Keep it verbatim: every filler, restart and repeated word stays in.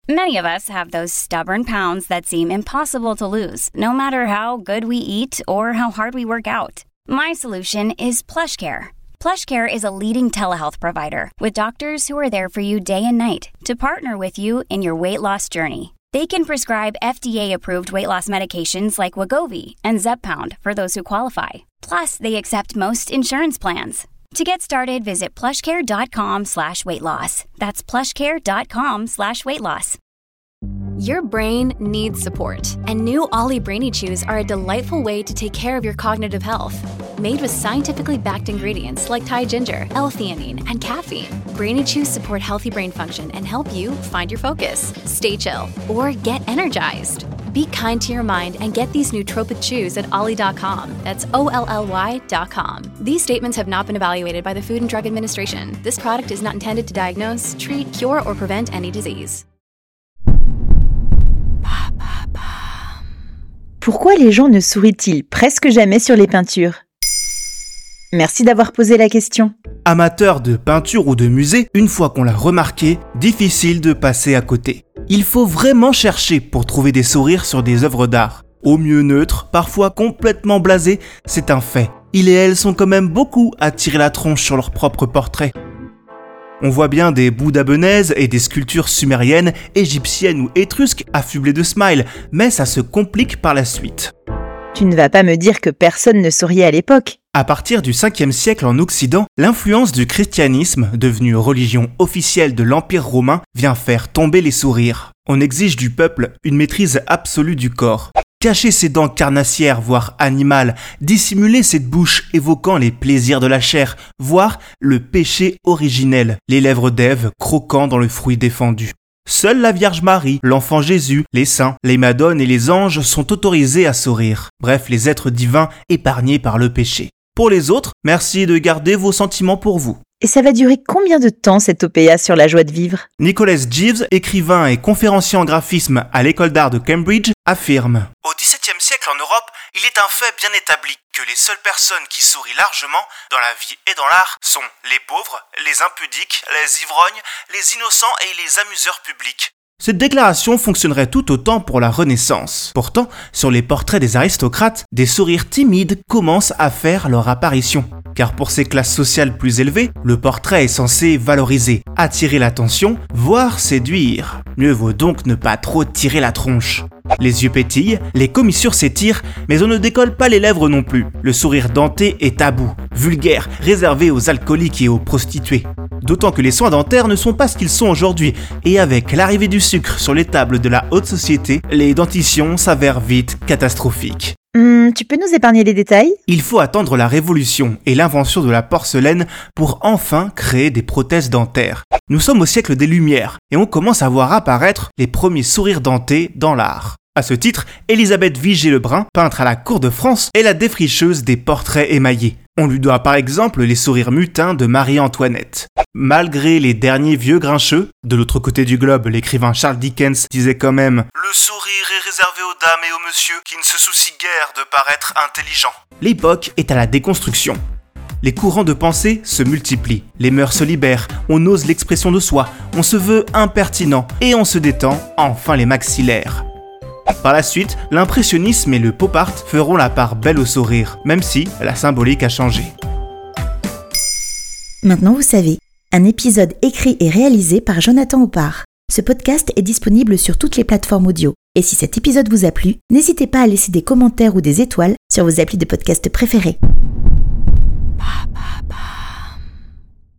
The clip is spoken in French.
Many of us have those stubborn pounds that seem impossible to lose, no matter how good we eat or how hard we work out. My solution is PlushCare. PlushCare is a leading telehealth provider with doctors who are there for you day and night to partner with you in your weight loss journey. They can prescribe F D A-approved weight loss medications like Wegovy and Zepbound for those who qualify. Plus, they accept most insurance plans. To get started, visit plushcare.com slash weight loss. That's plushcare.com slash weight loss. Your brain needs support, and new Ollie Brainy Chews are a delightful way to take care of your cognitive health. Made with scientifically backed ingredients like Thai ginger, L-theanine, and caffeine, Brainy Chews support healthy brain function and help you find your focus, stay chill, or get energized. Be kind to your mind and get these nootropic chews at ollie dot com. That's O L L Y dot com. These statements have not been evaluated by the Food and Drug Administration. This product is not intended to diagnose, treat, cure, or prevent any disease. Pourquoi les gens ne sourient-ils presque jamais sur les peintures ? Merci d'avoir posé la question. Amateur de peinture ou de musée, une fois qu'on l'a remarqué, difficile de passer à côté. Il faut vraiment chercher pour trouver des sourires sur des œuvres d'art. Au mieux neutres, parfois complètement blasés, c'est un fait. Ils et elles sont quand même beaucoup à tirer la tronche sur leurs propres portraits. On voit bien des Bouddha benèzes et des sculptures sumériennes, égyptiennes ou étrusques affublées de smiles, mais ça se complique par la suite. Tu ne vas pas me dire que personne ne souriait à l'époque ? À partir du cinquième siècle en Occident, l'influence du christianisme, devenu religion officielle de l'Empire romain, vient faire tomber les sourires. On exige du peuple une maîtrise absolue du corps. Cacher ses dents carnassières, voire animales, dissimuler cette bouche évoquant les plaisirs de la chair, voire le péché originel, les lèvres d'Ève croquant dans le fruit défendu. Seule la Vierge Marie, l'enfant Jésus, les saints, les madones et les anges sont autorisés à sourire. Bref, les êtres divins épargnés par le péché. Pour les autres, merci de garder vos sentiments pour vous. Et ça va durer combien de temps cette O P A sur la joie de vivre ? Nicholas Jeeves, écrivain et conférencier en graphisme à l'école d'art de Cambridge, affirme « Au dix-septième siècle en Europe, il est un fait bien établi que les seules personnes qui sourient largement dans la vie et dans l'art sont les pauvres, les impudiques, les ivrognes, les innocents et les amuseurs publics. » Cette déclaration fonctionnerait tout autant pour la Renaissance. Pourtant, sur les portraits des aristocrates, des sourires timides commencent à faire leur apparition. Car pour ces classes sociales plus élevées, le portrait est censé valoriser, attirer l'attention, voire séduire. Mieux vaut donc ne pas trop tirer la tronche. Les yeux pétillent, les commissures s'étirent, mais on ne décolle pas les lèvres non plus. Le sourire denté est tabou, vulgaire, réservé aux alcooliques et aux prostituées. D'autant que les soins dentaires ne sont pas ce qu'ils sont aujourd'hui, et avec l'arrivée du sucre sur les tables de la haute société, les dentitions s'avèrent vite catastrophiques. Hum, tu peux nous épargner les détails ? Il faut attendre la Révolution et l'invention de la porcelaine pour enfin créer des prothèses dentaires. Nous sommes au siècle des Lumières, et on commence à voir apparaître les premiers sourires dentés dans l'art. À ce titre, Élisabeth Vigée-Lebrun, peintre à la cour de France, est la défricheuse des portraits émaillés. On lui doit par exemple les sourires mutins de Marie-Antoinette. Malgré les derniers vieux grincheux, de l'autre côté du globe, l'écrivain Charles Dickens disait quand même « Le sourire est réservé aux dames et aux messieurs qui ne se soucient guère de paraître intelligents. » L'époque est à la déconstruction. Les courants de pensée se multiplient, les mœurs se libèrent, on ose l'expression de soi, on se veut impertinent et on se détend enfin les maxillaires. Par la suite, l'impressionnisme et le pop art feront la part belle au sourire, même si la symbolique a changé. Maintenant vous savez, un épisode écrit et réalisé par Jonathan Oppard. Ce podcast est disponible sur toutes les plateformes audio. Et si cet épisode vous a plu, n'hésitez pas à laisser des commentaires ou des étoiles sur vos applis de podcast préférés.